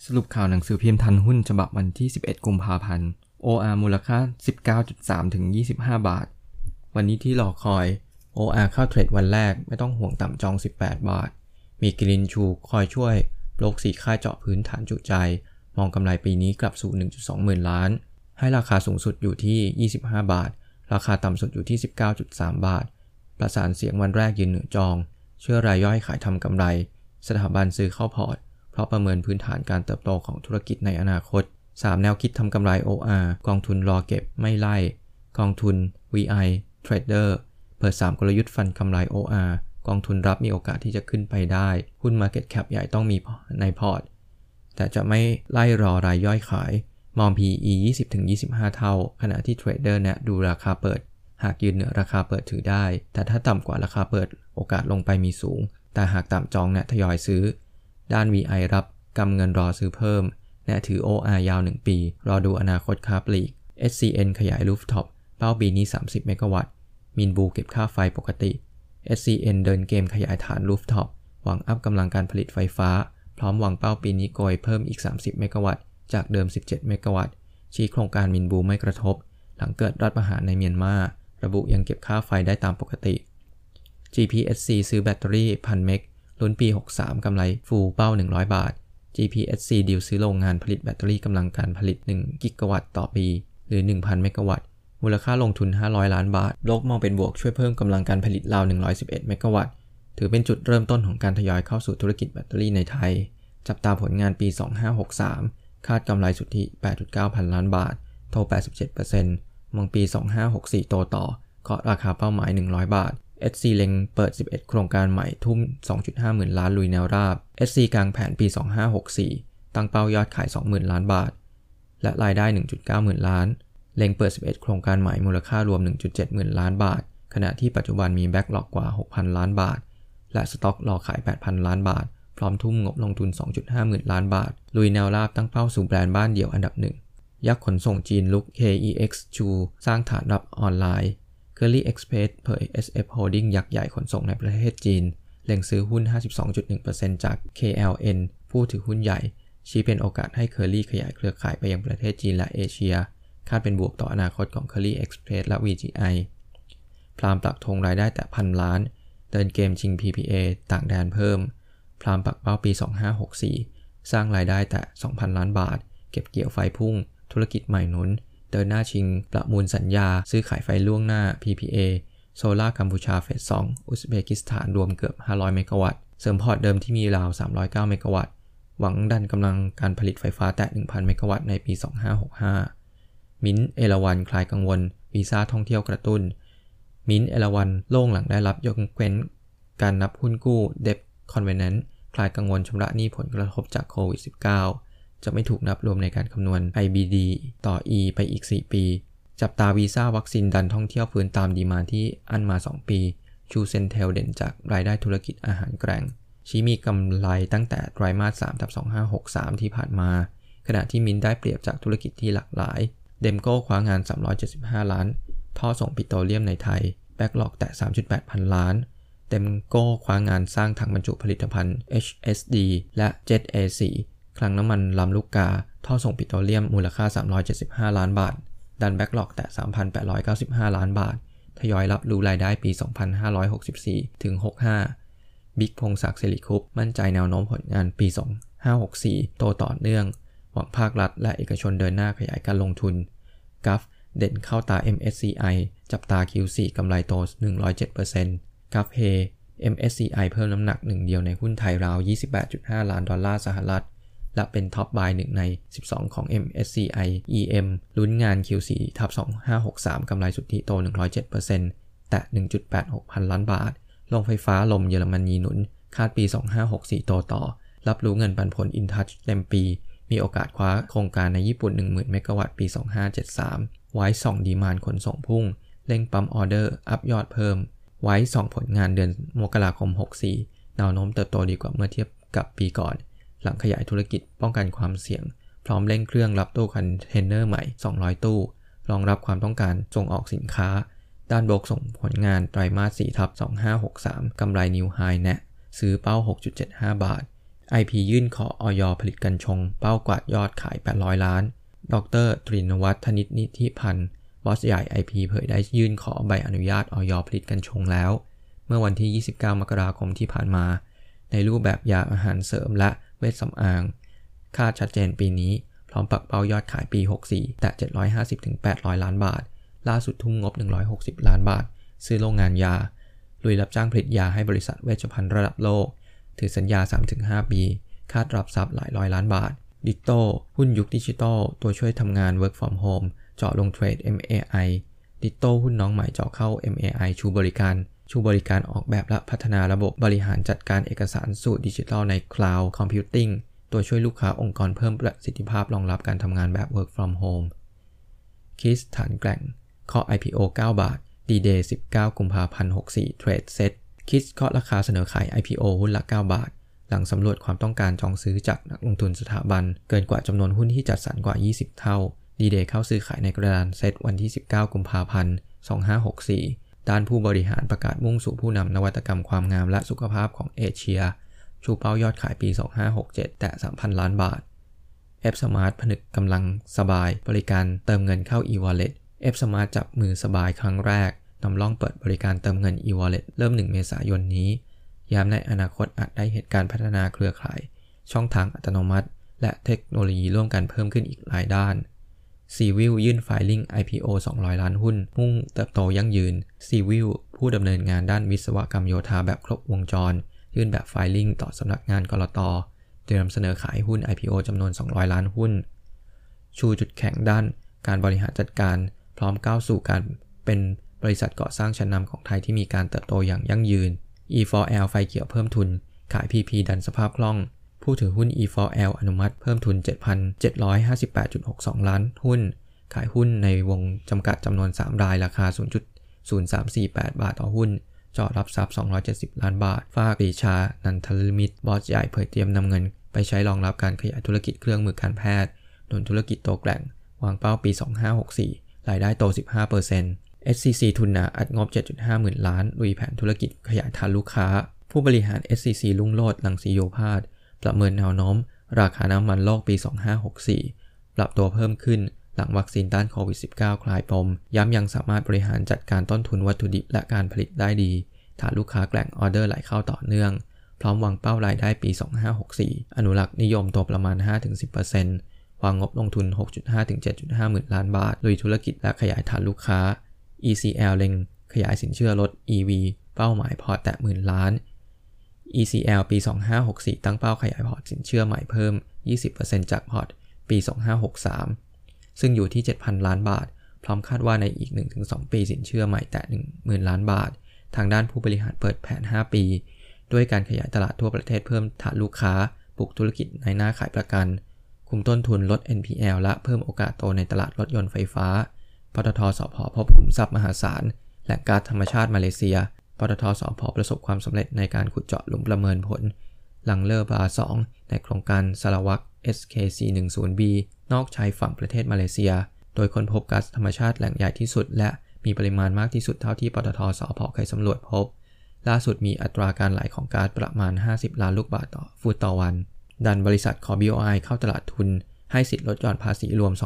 รุปข่าวหนังสือพิมพ์ทันหุ้นฉบับวันที่11กุมภาพันธ์ OR มูลค่า 19.3 ถึง 25 บาทวันนี้ที่รอคอย OR เข้าเทรดวันแรกไม่ต้องห่วงต่ำจอง18 บาทมีกรีนชูคอยช่วยโลกสีค่ายเจาะพื้นฐานจุใจมองกำไรปีนี้กลับสู่ 1.2 หมื่นล้านให้ราคาสูงสุดอยู่ที่25 บาทราคาต่ำสุดอยู่ที่ 19.3 บาทประสานเสียงวันแรกยืนเหนือจองเชื่อรายย่อยขายทำกำไรสถาบันซื้อเข้าพอร์ตเพราะประเมินพื้นฐานการเติบโตของธุรกิจในอนาคต3แนวคิดทำกำไร OR กองทุนรอเก็บไม่ไล่กองทุน VI Trader เปิด3กลยุทธ์ฟันกำไร OR กองทุนรับมีโอกาสที่จะขึ้นไปได้หุ้น Market Cap ใหญ่ต้องมีในพอร์ตแต่จะไม่ไล่รอรายย่อยขายมอง PE 20-25 เท่าขณะที่ Trader แนะดูราคาเปิดหากยืนเหนือราคาเปิดถือได้แต่ถ้าต่ำกว่าราคาเปิดโอกาสลงไปมีสูงแต่หากต่ำจองแนะทยอยซื้อด้าน VI รับกำเงินรอซื้อเพิ่มแนะถือ OR ยาว1ปีรอดูอนาคตค้าปลีก SCN ขยายรูฟท็อปเป้าปีนี้30เมกะวัตต์มินบูเก็บค่าไฟปกติ SCN เดินเกมขยายฐานรูฟท็อปหวังอัพกำลังการผลิตไฟฟ้าพร้อมหวังเป้าปีนี้โกยเพิ่มอีก30เมกะวัตต์จากเดิม17เมกะวัตต์ชี้โครงการมินบูไม่กระทบหลังเกิดรัฐประหารในเมียนมาระบุยังเก็บค่าไฟได้ตามปกติ GPSC ซื้อแบตเตอรี่ 1,000 เมกลุ้นปี63กำไรฟูเป้า100 บาท GPSC ดีลซื้อโรงงานผลิตแบตเตอรี่กำลังการผลิต1กิกะวัตต์ต่อปีหรือ 1,000 เมกะวัตต์มูลค่าลงทุน500ล้านบาทโลกมองเป็นบวกช่วยเพิ่มกำลังการผลิตราว111เมกะวัตต์ถือเป็นจุดเริ่มต้นของการทยอยเข้าสู่ธุรกิจแบตเตอรี่ในไทยจับตาผลงานปี2563คาดกำไรสุทธิ 8.9 พันล้านบาทโต 87% มองปี2564โตต่อเคาะราคาเป้าหมาย100บาทSC เล็งเปิด11โครงการใหม่ทุ่ม 2.5 หมื่นล้านลุยแนวราบ SC กลางแผนปี2564ตั้งเป้ายอดขาย 20,000 ล้านบาทและรายได้ 1.9 หมื่นล้านเล็งเปิด11โครงการใหม่มูลค่ารวม 1.7 หมื่นล้านบาทขณะที่ปัจจุบันมีแบ็กหลอกกว่า 6,000 ล้านบาทและสต็อกรอขาย 8,000 ล้านบาทพร้อมทุ่มงบลงทุน 2.5 หมื่นล้านบาทลุยแนวราบตั้งเป้าสู่แบรนด์บ้านเดี่ยวอันดับ1ยักษ์ขนส่งจีนลุก KEX ชูสร้างฐานรับออนไลน์Curly Express เผย SF Holding ยักษ์ใหญ่ขนส่งในประเทศจีนเล็งซื้อหุ้น 52.1% จาก KLN ผู้ถือหุ้นใหญ่ชี้เป็นโอกาสให้ Curly ขยายเครือข่ายไปยังประเทศจีนและเอเชียคาดเป็นบวกต่ออนาคตของ Curly Express และ VGI พรามปักธงรายได้แต่1,000 ล้านเดินเกมชิง PPA ต่างแดนเพิ่มพรามปักเป้าปี2564สร้างรายได้แต่ 2,000 ล้านบาทเก็บเกี่ยวไฟพุ่งธุรกิจใหม่หนุนเดินหน้าชิงประมูลสัญญาซื้อขายไฟล่วงหน้า PPA โซล่ากัมพูชาเฟส2อุซเบกิสถานรวมเกือบ500เมกะวัตต์เสริมพอร์ตเดิมที่มีราว309เมกะวัตต์หวังดันกำลังการผลิตไฟฟ้าแตะ 1,000 เมกะวัตต์ในปี2565มิ้นเอราวัณคลายกังวลวีซ่าท่องเที่ยวกระตุ้นมิ้นเอราวัณโล่งหลังได้รับยกเว้นการนับหุ้นกู้ Debt Covenant คลายกังวลชำระหนี้ผลกระทบจากโควิด -19จะไม่ถูกนับรวมในการคำนวณ IBD ต่อ E ไปอีก4ปีจับตาวีซ่าวัคซีนดันท่องเที่ยวฟื้นตามดีมานด์ที่อั้นมา2ปีชูเซนเทลเด่นจากรายได้ธุรกิจอาหารแกร่งชี้มีกำไรตั้งแต่ไตรมาส 3/2563 ที่ผ่านมาขณะที่มินได้เปรียบจากธุรกิจที่หลากหลายเดมโก้คว้างาน375ล้านท่อส่งปิโตรเลียมในไทยแบ็กหลอกแต่ 3.8 พันล้านเดมโก้คว้างานสร้างถังบรรจุผลิตภัณฑ์ HSD และ Jet A4คลังน้ำมันลำลูกกาท่อส่งปิโตรเลียมมูลค่า375ล้านบาทดันแบ็กหลอกแต่ 3,895 ล้านบาททยอยรับรู้รายได้ปี2564ถึง65บิ๊กพงศักดิ์ศิริคุปมั่นใจแนวโน้มผลงานปี2564โตต่อเนื่องหวังภาครัฐและเอกชนเดินหน้าขยายการลงทุนกัฟเด่นเข้าตา MSCI จับตา Q4 กำไรโต 107% กัฟเฮ MSCI เพิ่มน้ำหนักหนึ่งเดียวในหุ้นไทยราว 28.5 ล้านดอลลาร์สหรัฐและเป็นท็อปบาย1ใน12ของ MSCI EM ลุ้นงาน Q4 2563กำไรสุทธิโต 107% แตะ 1.86 พันล้านบาทโรงไฟฟ้าลมเยอรมนีหนุนคาดปี2564โตต่อรับรู้เงินปันผล InTouch เต็มปีมีโอกาสคว้าโครงการในญี่ปุ่น 10,000 เมกะวัตต์ปี2573ไว้ส่องดีมานด์ขนส่งพุ่งเร่งปั๊มออเดอร์อัพยอดเพิ่มไว้ส่องผลงานเดือนมกราคม64แนวโน้มเติบโตดีกว่าเมื่อเทียบกับปีก่อนหลังขยายธุรกิจป้องกันความเสี่ยงพร้อมเร่งเครื่องรับตู้คอนเทนเนอร์ใหม่200ตู้รองรับความต้องการส่งออกสินค้าด้านโบรกส่งผลงานไตรมาส 4/2563 กำไรนิวไฮแนะซื้อเป้า 6.75 บาท IP ยื่นขออย.ผลิตกัญชงเป้ากวาดยอดขาย800ล้านดร.ตรีนวัฒน์ ธนิตนิธิพันธ์บอสใหญ่ IP เผยได้ยื่นขอใบอนุญาตอย.ผลิตกัญชงแล้วเมื่อวันที่29มกราคมที่ผ่านมาในรูปแบบยาอาหารเสริมและเวชสำอางคาดชัดเจนปีนี้พร้อมปักเป้ายอดขายปี64แต่750-800ล้านบาทล่าสุดทุ่มงบ160ล้านบาทซื้อโรงงานยาลุยรับจ้างผลิตยาให้บริษัทเวชภัณฑ์ระดับโลกถือสัญญา 3-5 ปีคาดรับทรัพย์หลายร้อยล้านบาทดิจิตอลหุ้นยุคดิจิตอลตัวช่วยทำงาน Work from Home เจาะลงเทรด MAI ดิจิตอลหุ้นน้องใหม่เจาะเข้า MAI ชูบริการออกแบบและพัฒนาระบบบริหารจัดการเอกสารสู่ดิจิทัลใน Cloud Computing ตัวช่วยลูกค้าองค์กรเพิ่มประสิทธิภาพรองรับการทำงานแบบ Work from Home KISS ฐานแกร่งเคาะ IPO 9 บาท D-Day 19 กุมภาพันธ์ 64 เทรดเซ็ตKISS เคาะราคาเสนอขาย IPO หุ้นละ 9 บาทหลังสำรวจความต้องการจองซื้อจากนักลงทุนสถาบันเกินกว่าจำนวนหุ้นที่จัดสรรกว่า20เท่า D-Day เข้าซื้อขายในกระดานเซ็ตวันที่19กุมภาพันธ์2564ด้านผู้บริหารประกาศมุ่งสู่ผู้นำนวัตกรรมความงามและสุขภาพของเอเชียชูเป้ายอดขายปี2567แต่ 3,000 ล้านบาท F Smart ผนึกกำลังสบายบริการเติมเงินเข้า e-wallet F Smart จับมือสบายครั้งแรกนำร่องเปิดบริการเติมเงิน e-wallet เริ่ม1เมษายนนี้ย้ำในอนาคตอาจได้เห็นการพัฒนาเครือข่ายช่องทางอัตโนมัติและเทคโนโลยีร่วมกันเพิ่มขึ้นอีกหลายด้านCivil ยื่น filing IPO 200 ล้านหุ้นมุ่งเติบโตยั่งยืน Civil ผู้ดำเนินงานด้านวิศวกรรมโยธาแบบครบวงจรยื่นแบบ filing ต่อสำนักงานกลต.เตรียมเสนอขายหุ้น IPO จำนวน200ล้านหุ้นชูจุดแข็งด้านการบริหารจัดการพร้อมก้าวสู่การเป็นบริษัทก่อสร้างชั้นนำของไทยที่มีการเติบโตอย่างยั่งยืน E4L ไฟเขียวเพิ่มทุนขาย PP ดันสภาพคล่องผู้ถือหุ้น E4L อนุมัติเพิ่มทุน 7,758.62 ล้านหุ้นขายหุ้นในวงจำกัดจำนวน3รายราคา 0.0348 บาทต่อหุ้นเจาะรับทรัพย์270ล้านบาทฝากปรีชานันทลิมิตบอสใหญ่เผยเตรียมนำเงินไปใช้รองรับการขยายธุรกิจเครื่องมือการแพทย์หนุนธุรกิจโตแกร่งวางเป้าปี2564รายได้โต 15% SCC ทุนหนาอัดงบ 7.5 หมื่นล้านลุยแผนธุรกิจขยายฐานลูกค้าผู้บริหาร SCC รุ่งโรจน์รังสีโยภาสประเมินแนวโน้มราคาน้ำมันโลกปี2564ปรับตัวเพิ่มขึ้นหลังวัคซีนต้านโควิด -19 คลายปมย้ำยังสามารถบริหารจัดการต้นทุนวัตถุดิบและการผลิตได้ดีฐานลูกค้าแกร่งออเดอร์ไหลเข้าต่อเนื่องพร้อมวางเป้ารายได้ปี2564อนุรักษ์นิยมตัวประมาณ 5-10% วางงบลงทุน 6.5-7.5 หมื่นล้านบาทลุยธุรกิจและขยายฐานลูกค้า ECL เล็งขยายสินเชื่อรถ EV เป้าหมายพอร์ตแตะหมื่นล้าน ECL ปี2564ตั้งเป้าขยายพอร์ตสินเชื่อใหม่เพิ่ม 20% จากพอร์ตปี2563ซึ่งอยู่ที่ 7,000 ล้านบาทพร้อมคาดว่าในอีก 1-2 ปีสินเชื่อใหม่แตะ 10,000 ล้านบาททางด้านผู้บริหารเปิดแผน5ปีด้วยการขยายตลาดทั่วประเทศเพิ่มฐานลูกค้าปลุกธุรกิจในหน้าขายประกันคุมต้นทุนลด NPL และเพิ่มโอกาสโตในตลาดรถยนต์ไฟฟ้าปตท.สผ.พบขุมทรัพย์มหาศาลแหล่งก๊าซธรรมชาติมาเลเซียปตท.สผ.ประสบความสำเร็จในการขุดเจาะหลุมประเมินผลหลังเลอร์บาร์2ในโครงการสารวัตร SK410B นอกชายฝั่งประเทศมาเลเซียโดยค้นพบก๊าซธรรมชาติแหล่งใหญ่ที่สุดและมีปริมาณมากที่สุดเท่าที่ปตท.สผ.เคยสำรวจพบล่าสุดมีอัตราการไหลของก๊าซประมาณ50ล้านลูกบาศก์ต่อฟุตต่อวันดันบริษัทขอ BOI เข้าตลาดทุนให้สิทธิลดหย่อนภาษีรวม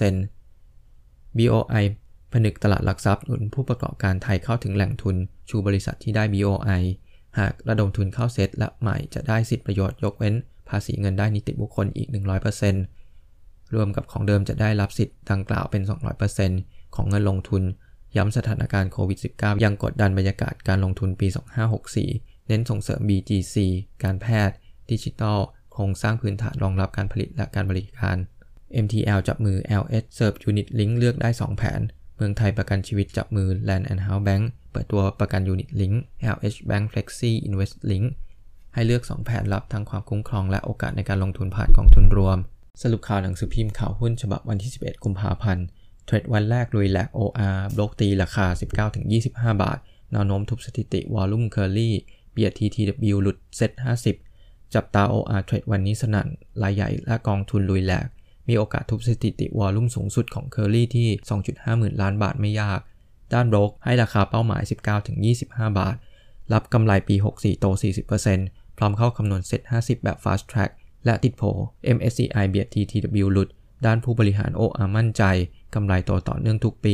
200% BOI ผนึกตลาดหลักทรัพย์หนุนผู้ประกอบการไทยเข้าถึงแหล่งทุนชูบริษัทที่ได้ BOI หากระดมทุนเข้าเซ็ตและใหม่จะได้สิทธิประโยชน์ยกเว้นภาษีเงินได้นิติบุคคลอีก 100% รวมกับของเดิมจะได้รับสิทธิ์ดังกล่าวเป็น 200% ของเงินลงทุนย้ำสถานการณ์โควิด -19 ยังกดดันบรรยากาศการลงทุนปี2564เน้นส่งเสริม BGC การแพทย์ดิจิทัลโครงสร้างพื้นฐานรองรับการผลิตและการบริการ MTL จับมือ LS Serve Unit Link เลือกได้2แผนเมืองไทยประกันชีวิตจับมือ Land and House Bank เปิดตัวประกัน Unit Link LH Bank Flexi Invest Link ให้เลือก2แผนรับทั้งความคุ้มครองและโอกาสในการลงทุนผ่านกองทุนรวมสรุปข่าวหนังสือพิมพ์ข่าวหุ้นฉบับวันที่11กุมภาพันธ์เทรดวันแรกลุยแหลก OR บล็อกตีราคา 19-25 บาทแนวโน้มทุบสถิติวอลลุ่มเคอรี่เบียด TTW หลุดเซ็ต50จับตา OR เทรดวันนี้สนั่นรายใหญ่และกองทุนลุยแหลกมีโอกาสทุบสถิติวอลลุ่มสูงสุดของเคอรี่ที่ 2.5 หมื่นล้านบาทไม่ยากด้านบล็อกให้ราคาเป้าหมาย 19-25 บาทรับกำไรปี64โต 40% พร้อมเข้าคำนวณเซ็ต50แบบ Fast Track และติดโผ MSCI เบียด TTW หลุดด้านผู้บริหาร OR มั่นใจกำไรโตต่อเนื่องทุกปี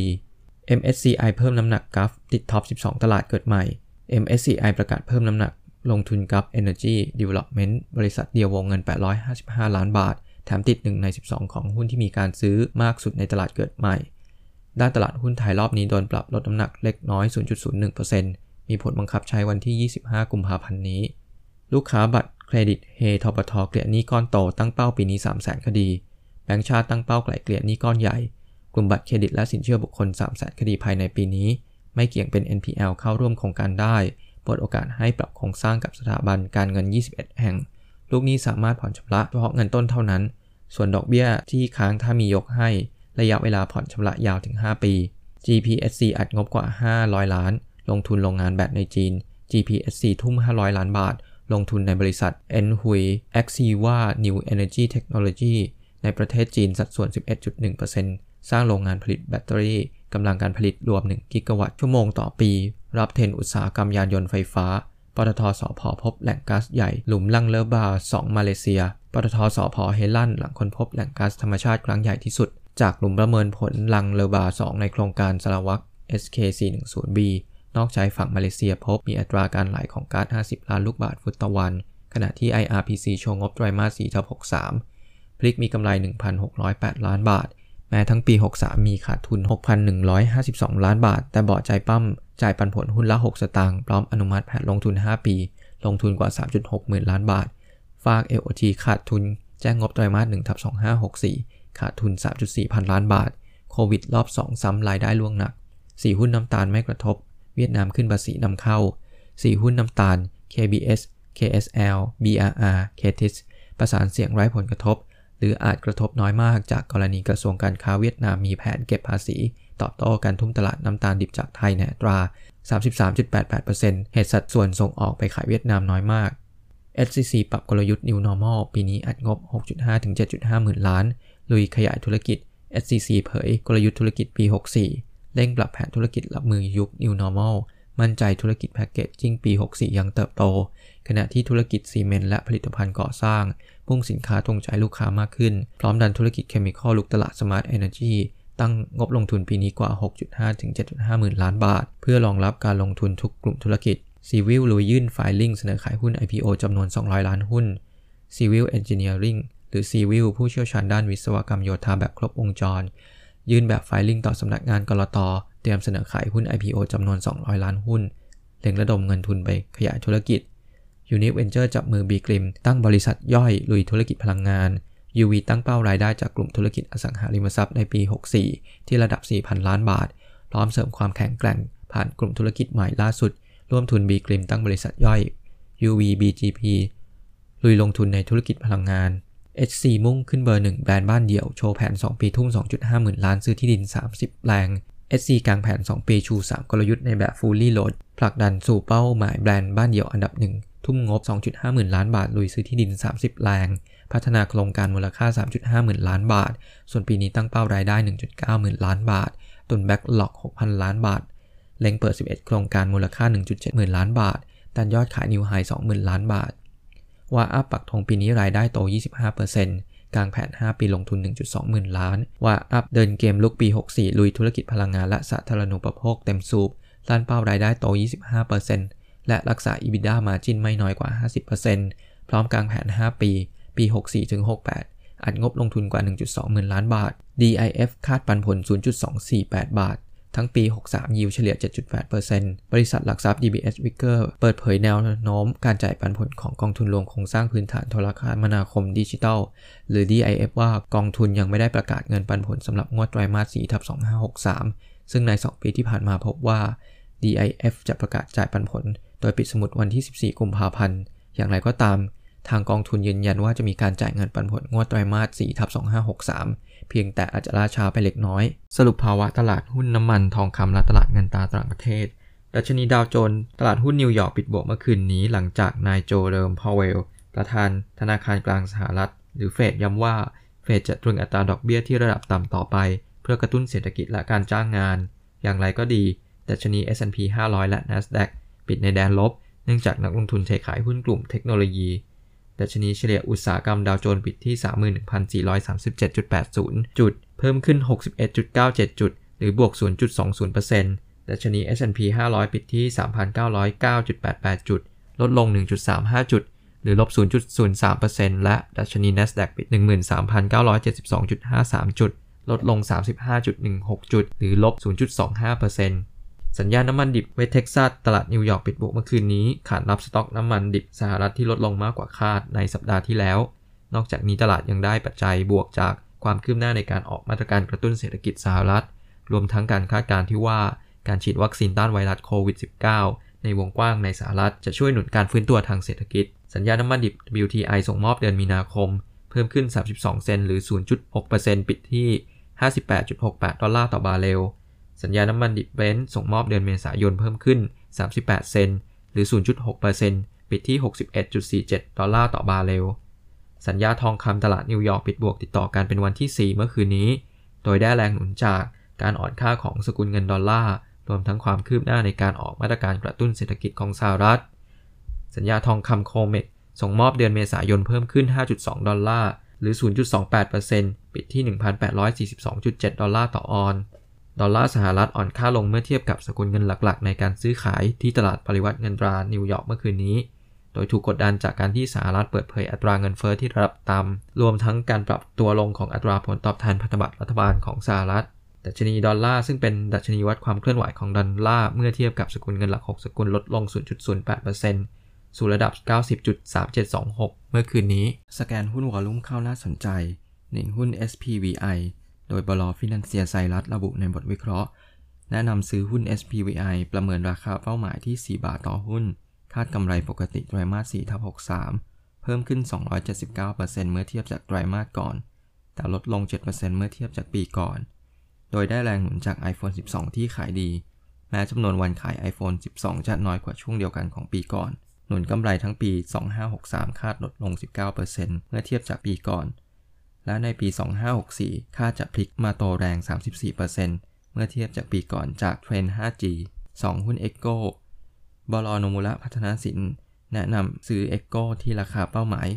MSCI เพิ่มน้ำหนักกัฟติดท็อป 12 ตลาดเกิดใหม่ MSCI ประกาศเพิ่มน้ำหนักลงทุนกัฟ Energy Development บริษัทเดียววงเงิน855ล้านบาทแถมติด1ใน12ของหุ้นที่มีการซื้อมากสุดในตลาดเกิดใหม่ด้านตลาดหุ้นไทยรอบนี้โดนปรับลดน้ำหนักเล็กน้อย 0.01% มีผลบังคับใช้วันที่25กุมภาพันธ์นี้ลูกค้าบัตรเครดิตเฮทปทเกลี่ยหนี้ก้อนโตตั้งเป้าปีนี้ 300,000 คดีแบงก์ชาติตั้งเป้าไกล่เกลี่ยหนี้ก้อนใหญ่กลุ่มบัตรเครดิตและสินเชื่อบุคคล 300,000 คดีภายในปีนี้ไม่เกี่ยงเป็น NPL เข้าร่วมโครงการได้เปิดโอกาสให้ปรับโครงสร้างกับสถาบันการเงิน21แห่งลูกหนี้สามารถผ่อนชำระเฉพาะเงินต้นเท่านั้นส่วนดอกเบี้ยที่ค้างถ้ามียกให้ระยะเวลาผ่อนชำระยาวถึง5ปี GPSC อัดงบกว่า500ล้านลงทุนโรงงานแบตในจีน GPSC ทุ่ม500ล้านบาทลงทุนในบริษัท Enhui Axiwa New Energy Technology ในประเทศจีนสัดส่วน 11.1% สร้างโรงงานผลิตแบตเตอรี่กำลังการผลิตรวม1กิกะวัตต์ชั่วโมงต่อปีรับเทรนด์อุตสาหกรรมยานยนต์ไฟฟ้าปตท.สผ.พบแหล่งก๊าซใหญ่หลุมลังเลอบา2มาเลเซียปตท.สผ.เฮลั่นหลังค้นพบแหล่งก๊าซธรรมชาติครั้งใหญ่ที่สุดจากหลุมประเมินผลลังเลอบา2ในโครงการสารวัตร SK410B นอกชายฝั่งมาเลเซียพบมีอัตราการไหลของก๊าซ50ล้านลูกบาศก์ฟุตต่อวันขณะที่ IRPC โชว์งบไตรมาส4ทับ63พลิกมีกำไร 1,608 ล้านบาทแม้ทั้งปี63มีขาดทุน 6,152 ล้านบาทแต่บอร์ดใจปั้มจ่ายปันผลหุ้นละ6สตางค์พร้อมอนุมัติแผนลงทุน5ปีลงทุนกว่า 3.6 หมื่นล้านบาทฝาก LOT ขาดทุนแจ้งงบไตรมาส1/2564ขาดทุน 3.4 พันล้านบาทโควิดรอบ2ซ้ำรายได้ล่วงหนัก4หุ้นน้ำตาลไม่กระทบเวียดนามขึ้นภาษีนำเข้า4หุ้นน้ำตาล KBS KSL BRR KTIS ประสานเสียงไร้ผลกระทบหรืออาจกระทบน้อยมากจากกรณีกระทรวงการค้าเวียดนามมีแผนเก็บภาษีตอบโต้การทุ่มตลาดน้ำตาลดิบจากไทยในอัตรา 33.88% เหตุสัดส่วนส่งออกไปขายเวียดนามน้อยมาก SCC ปรับกลยุทธ์ New Normal ปีนี้อัดงบ 6.5-7.5 หมื่นล้านลุยขยายธุรกิจ SCC เผยกลยุทธ์ธุรกิจปี64เร่งปรับแผนธุรกิจรับมือยุค New Normal มั่นใจธุรกิจแพ็คเกจจิ้งปี64ยังเติบโตขณะที่ธุรกิจซีเมนต์และผลิตภัณฑ์ก่อสร้างมุ่งสินค้าตรงใจลูกค้ามากขึ้นพร้อมดันธุรกิจเคมีคอลลุกตลาด Smart Energy ตั้งงบลงทุนปีนี้กว่า 6.5-7.5 หมื่นล้านบาทเพื่อรองรับการลงทุนทุกกลุ่มธุรกิจ Civil ลุยยื่นไฟลิ่งเสนอขายหุ้น IPO จำนวน200ล้านหุ้น Civil Engineering หรือ Civil ผู้เชี่ยวชาญด้านวิศวกรรมโยธาแบบครบวงจรยื่นแบบไฟลิ่งต่อสำนักงานกลต.เตรียมเสนอขายหุ้น IPO จำนวน200ล้านหุ้นเล็งระดมเงินทุนไปขยายธุรกิจ Unit Venture จับมือ B-Glim ตั้งบริษัทย่อยลุยธุรกิจพลังงาน UV ตั้งเป้ารายได้จากกลุ่มธุรกิจอสังหาริมทรัพย์ในปี64ที่ระดับ 4,000 ล้านบาทพร้อมเสริมความแข็งแกร่งผ่านกลุ่มธุรกิจใหม่ล่าสุดร่วมทุน B-Glim ตั้งบริษัทย่อย UV BGP ลุยลงทุนในธุรกิจพลังงาน HC มุ่งขึ้นเบอร์1แบรนด์บ้านเดี่ยวโชว์แผน2ปีทุ่ม 2.5 หมื่นล้านซื้อที่ดิน30แปลง SC กลางแผน2ปีชู3กลยุทธ์ในแบบ Fully Load ผลักดันสู่เป้าหมายแบรนด์บ้านเดี่ยวอันดับ1ทุ่มงบ 2.5 หมื่นล้านบาทลุยซื้อที่ดิน30แปลงพัฒนาโครงการมูลค่า 3.5 หมื่นล้านบาทส่วนปีนี้ตั้งเป้ารายได้ 1.9 หมื่นล้านบาทตุนแบ็คล็อก 6,000 ล้านบาทเล็งเปิด11โครงการมูลค่า 1.7 หมื่นล้านบาทดันยอดขายนิวไฮ 20,000 ล้านบาทว่าอัพปักธงปีนี้รายได้โต 25% กลางแผน5ปีลงทุน 1.2 หมื่นล้านว่าอัพเดินเกมลุกปี64ลุยธุรกิจพลังงานและสาธารณูปโภคเต็มสูบลั่นเป้ารายได้โต 25% และรักษา EBITDA Margin ไม่น้อยกว่า 50% พร้อมกลางแผน5ปี64-68 อัดงบลงทุนกว่า 1.2 หมื่นล้านบาท DIF คาดปันผล 0.248 บาททั้งปี63ยิวเฉลี่ย 7.8% บริษัทหลักทรัพย์ DBS Vickers เปิดเผยแนวโน้มการจ่ายปันผลของกองทุนรวมโครงสร้างพื้นฐานโทรคมนาคมดิจิทัลหรือ DIF ว่ากองทุนยังไม่ได้ประกาศเงินปันผลสำหรับงวดไตรมาส 4/2563 ซึ่งใน2ปีที่ผ่านมาพบว่า DIF จะประกาศจ่ายปันผลโดยปิดสมุดวันที่14กุมภาพันธ์อย่างไรก็ตามทางกองทุนยืนยันว่าจะมีการจ่ายเงินปันผลงวดไตรมาส 4/2563 เพียงแต่อาจจะล่าช้าไปเล็กน้อยสรุปภาวะตลาดหุ้นน้ำมันทองคำและตลาดเงินตราต่างประเทศดัชนีดาวโจนส์ตลาดหุ้นนิวยอร์กปิดบวกเมื่อคืนนี้หลังจากนายโจเรม พาวเวลประธานธนาคารกลางสหรัฐหรือเฟดย้ำว่าเฟดจะตรึงอัตราดอกเบี้ยที่ระดับต่ำต่อไปเพื่อกระตุ้นเศรษฐกิจและการจ้างงานอย่างไรก็ดีดัชนี S&P 500 และ NASDAQ ปิดในแดนลบเนื่องจากนักลงทุนเทขายหุ้นกลุ่มเทคโนโลยีดัชนีเฉลี่ยอุตสาหกรรมดาวโจนส์ปิดที่ 31,437.80 จุดเพิ่มขึ้น 61.97 จุดหรือบวก 0.20% ดัชนี S&P 500 ปิดที่ 3,909.88 จุดลดลง 1.35 จุดหรือลบ 0.03% และดัชนี NASDAQ ปิด 13,972.53 จุดลดลง 35.16 จุดหรือลบ 0.25% สัญญาณน้ำมันดิบเวสต์เท็กซัสตลาดนิวยอร์กปิดบวกเมื่อคืนนี้ขานรับสต็อกน้ำมันดิบสหรัฐที่ลดลงมากกว่าคาดในสัปดาห์ที่แล้วนอกจากนี้ตลาดยังได้ปัจจัยบวกจากความคืบหน้าในการออกมาตรการกระตุ้นเศรษฐกิจสหรัฐรวมทั้งการคาดการณ์ที่ว่าการฉีดวัคซีนต้านไวรัสโควิด -19 ในวงกว้างในสหรัฐจะช่วยหนุนการฟื้นตัวทางเศรษฐกิจสัญญาณน้ำมันดิบ WTI ส่งมอบเดือนมีนาคมเพิ่มขึ้น32เซนต์หรือ 0.6% ปิดที่58.68 ดอลลาร์ต่อบาร์เรลสัญญาณน้ำมันดิบเบรนท์ส่งมอบเดือนเมษายนเพิ่มขึ้น38เซนต์หรือ 0.6% ปิดที่ 61.47 ดอลลาร์ต่อบาร์เรลสัญญาทองคำตลาดนิวยอร์กปิดบวกติดต่อกันเป็นวันที่4เมื่อคืนนี้โดยได้แรงหนุนจากการอ่อนค่าของสกุลเงินดอลลาร์รวมทั้งความคืบหน้าในการออกมาตรการกระตุ้นเศรษฐกิจของสหรัฐสัญญาทองคำโคเมกส่งมอบเดือนเมษายนเพิ่มขึ้น 5.2 ดอลลาร์หรือ 0.28% ปิดที่ 1,842.7 ดอลลาร์ต่อออนซ์ดอลลาร์สหรัฐอ่อนค่าลงเมื่อเทียบกับสกุลเงินหลักๆในการซื้อขายที่ตลาดปริวัติเงินตรานิวยอร์กเมื่อคืนนี้โดยถูกกดดันจากการที่สหรัฐเปิดเผยอัตราเงินเฟ้อที่ระดับต่ำรวมทั้งการปรับตัวลงของอัตราผลตอบแทนพันธบัตรรัฐบาลของสหรัฐดัชนีดอลลาร์ซึ่งเป็นดัชนีวัดความเคลื่อนไหวของดอลลาร์เมื่อเทียบกับสกุลเงินหลัก6สกุลลดลง 0.08% สู่ระดับ 90.3726 เมื่อคืนนี้สแกนหุ้นวอลลุ่มเข้าน่าสนใจหนึ่งหุ้น SPVI โดยบล.ฟินันเซียไซรัสระบุในบทวิเคราะห์แนะนำซื้อหุ้น SPVI ประเมินราคาเป้าหมายที่4 บาทต่อหุ้นคาดกำไรปกติไตรมาส 4/63 เพิ่มขึ้น 279% เมื่อเทียบจากไตรมาสก่อนแต่ลดลง 7% เมื่อเทียบจากปีก่อนโดยได้แรงหนุนจาก iPhone 12 ที่ขายดีแม้จำนวนวันขาย iPhone 12 จะน้อยกว่าช่วงเดียวกันของปีก่อนหนุนกำไรทั้งปี 2563 คาดลดลง 19% เมื่อเทียบจากปีก่อนและในปี 2564 คาดจะพลิกมาโตแรง 34% เมื่อเทียบจากปีก่อนจากเทรนด์ 5G 2 หุ้น Echo บล.โนมุระพัฒนาสินแนะนำซื้อ Echo ที่ราคาเป้าหมาย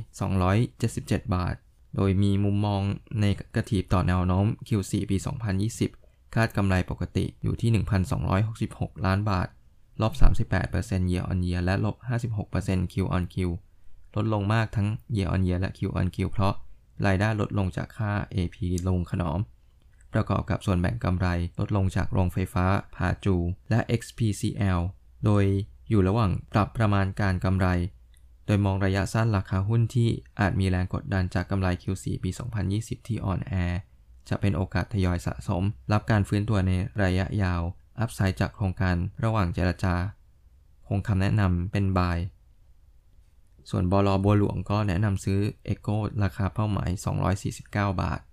277 บาทโดยมีมุมมองในกระถีบต่อแนวโน้ม Q4 ปี 2020 คาดกำไรปกติอยู่ที่ 1,266 ล้านบาทลบ 38% year on year และลบ 56% Q on Q ลดลงมากทั้ง year on year และ Q on Q เพราะรายได้ลดลงจากค่า AP โรงขนอมประกอบกับส่วนแบ่งกำไรลดลงจากโรงไฟฟ้าพาจูและ XPCL โดยอยู่ระหว่างปรับประมาณการกำไรโดยมองระยะสั้นราคาหุ้นที่อาจมีแรงกดดันจากกำไร Q4 ปี 2020 ที่อ่อนแอจะเป็นโอกาสทยอยสะสมรับการฟื้นตัวในระยะยาวอัพไซด์จากโครงการระหว่างเจรจาคงคำแนะนำเป็น buy ส่วนบล.บัวหลวงก็แนะนำซื้อ Echo ราคาเป้าหมาย249 บาท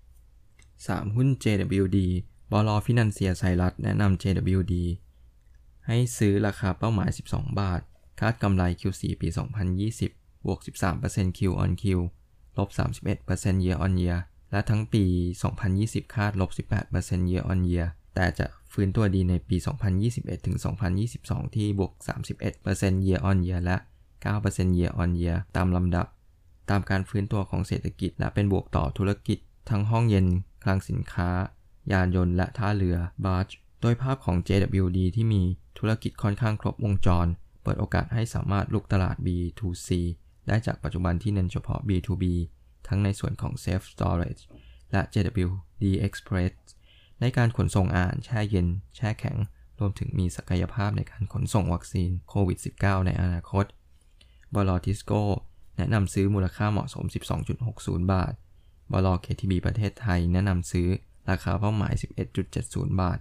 3 หุ้น JWD บล.ฟินันเซียไซรัสแนะนำ JWD ให้ซื้อราคาเป้าหมาย12 บาทคาดกำไร Q4 ปี 2020 บวก 13% Q on Q ลบ 31% year on year และทั้งปี 2020 คาดลบ 18% year on year แต่จะฟื้นตัวดีในปี 2021 ถึง 2022 ที่บวก 31% year on year และ 9% year on year ตามลำดับตามการฟื้นตัวของเศรษฐกิจและเป็นบวกต่อธุรกิจทั้งห้องเย็นคลังสินค้ายานยนต์และท่าเรือบาร์จโดยภาพของ JWD ที่มีธุรกิจค่อนข้างครบวงจรเปิดโอกาสให้สามารถลุกตลาด B2C ได้จากปัจจุบันที่เน้นเฉพาะ B2B ทั้งในส่วนของ Self Storage และ JWD Express ในการขนส่งอาหารแช่เย็นแช่แข็งรวมถึงมีศักยภาพในการขนส่งวัคซีนโควิด -19 ในอนาคตบล.ทิสโก้แนะนำซื้อมูลค่าเหมาะสม 12.60 บาทบล.KTB ประเทศไทยแนะนำซื้อราคาเป้าหมาย 11.70 บาท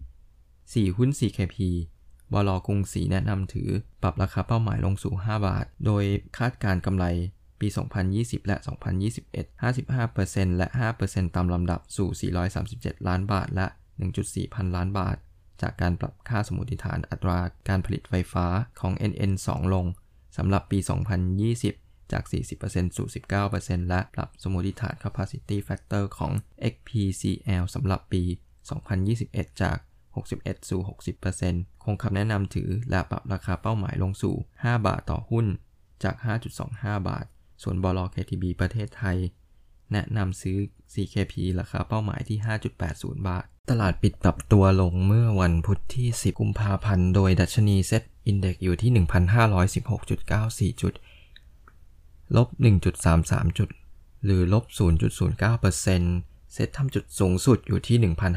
4 หุ้น CKP บล.กรุงศรีแนะนำถือปรับราคาเป้าหมายลงสู่5 บาทโดยคาดการกำไรปี 2020 และ 2021 55% และ 5% ตามลำดับสู่ 437 ล้านบาทและ 1.4 พันล้านบาทจากการปรับค่าสมมุติฐานอัตราการผลิตไฟฟ้าของ NN2 ลงสำหรับปี 2020 จาก 40% สู่ 19% และปรับสมมุติฐาน capacity factor ของ XPCL สำหรับปี 2021 จาก 61 สู่ 60% คงคำแนะนำถือและปรับราคาเป้าหมายลงสู่5 บาทต่อหุ้นจาก 5.25 บาทส่วนบล. KTB ประเทศไทยแนะนำซื้อ CKP ราคาเป้าหมายที่ 5.80 บาทตลาดปิดปรับตัวลงเมื่อวันพุธที่10กุมภาพันธ์โดยดัชนีเซ็ตอินเด็กซ์อยู่ที่ 1,516.94 จุดลบ 1.33 จุดหรือลบ 0.09% เซ็ตทำจุดสูงสุดอยู่ที่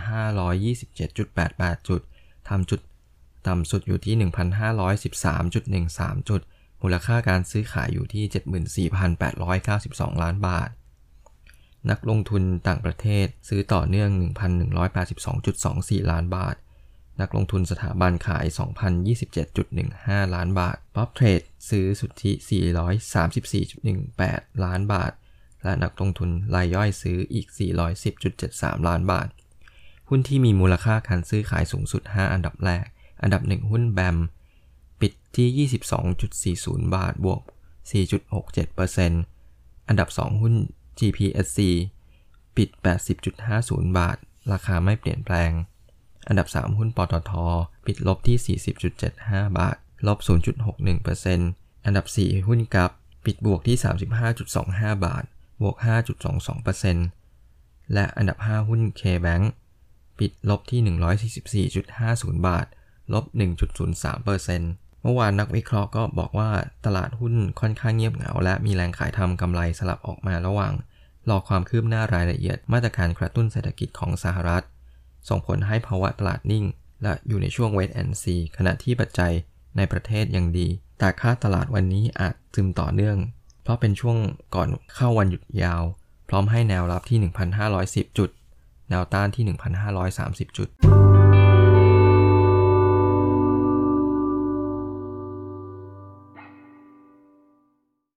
1,527.88 จุดทำจุดต่ำสุดอยู่ที่ 1,513.13 จุดมูลค่าการซื้อขายอยู่ที่ 74,892 ล้านบาทนักลงทุนต่างประเทศซื้อต่อเนื่อง 1,182.24 ล้านบาทนักลงทุนสถาบันขาย 2,027.15 ล้านบาทป๊อปเทรดซื้อสุทธิ 434.18 ล้านบาทและนักลงทุนรายย่อยซื้ออีก 410.73 ล้านบาทหุ้นที่มีมูลค่าการซื้อขายสูงสุด5อันดับแรกอันดับ1หุ้นแบมปิดที่ 22.40 บาทบวก 4.67% อันดับ2หุ้น GPSC ปิด 80.50 บาทราคาไม่เปลี่ยนแปลงอันดับ3หุ้นปตท.ปิดลบที่ 40.75 บาทลบ 0.61% อันดับ4หุ้นกัปปิดบวกที่ 35.25 บาทบวก 5.22% และอันดับ5หุ้น KBank ปิดลบที่ 144.50 บาทลบ 1.03% เมื่อวานนักวิเคราะห์ก็บอกว่าตลาดหุ้นค่อนข้างเงียบเหงาและมีแรงขายทำกำไรสลับออกมาระหว่างรอความคืบหน้ารายละเอียดมาตรการกระตุ้นเศรษฐกิจของสหรัฐส่งผลให้ภาวะตลาดนิ่งและอยู่ในช่วง wait and see ขณะที่ปัจจัยในประเทศยังดีแต่ค่าตลาดวันนี้อาจซึมต่อเนื่องเพราะเป็นช่วงก่อนเข้าวันหยุดยาวพร้อมให้แนวรับที่ 1,510 จุดแนวต้านที่ 1,530 จุด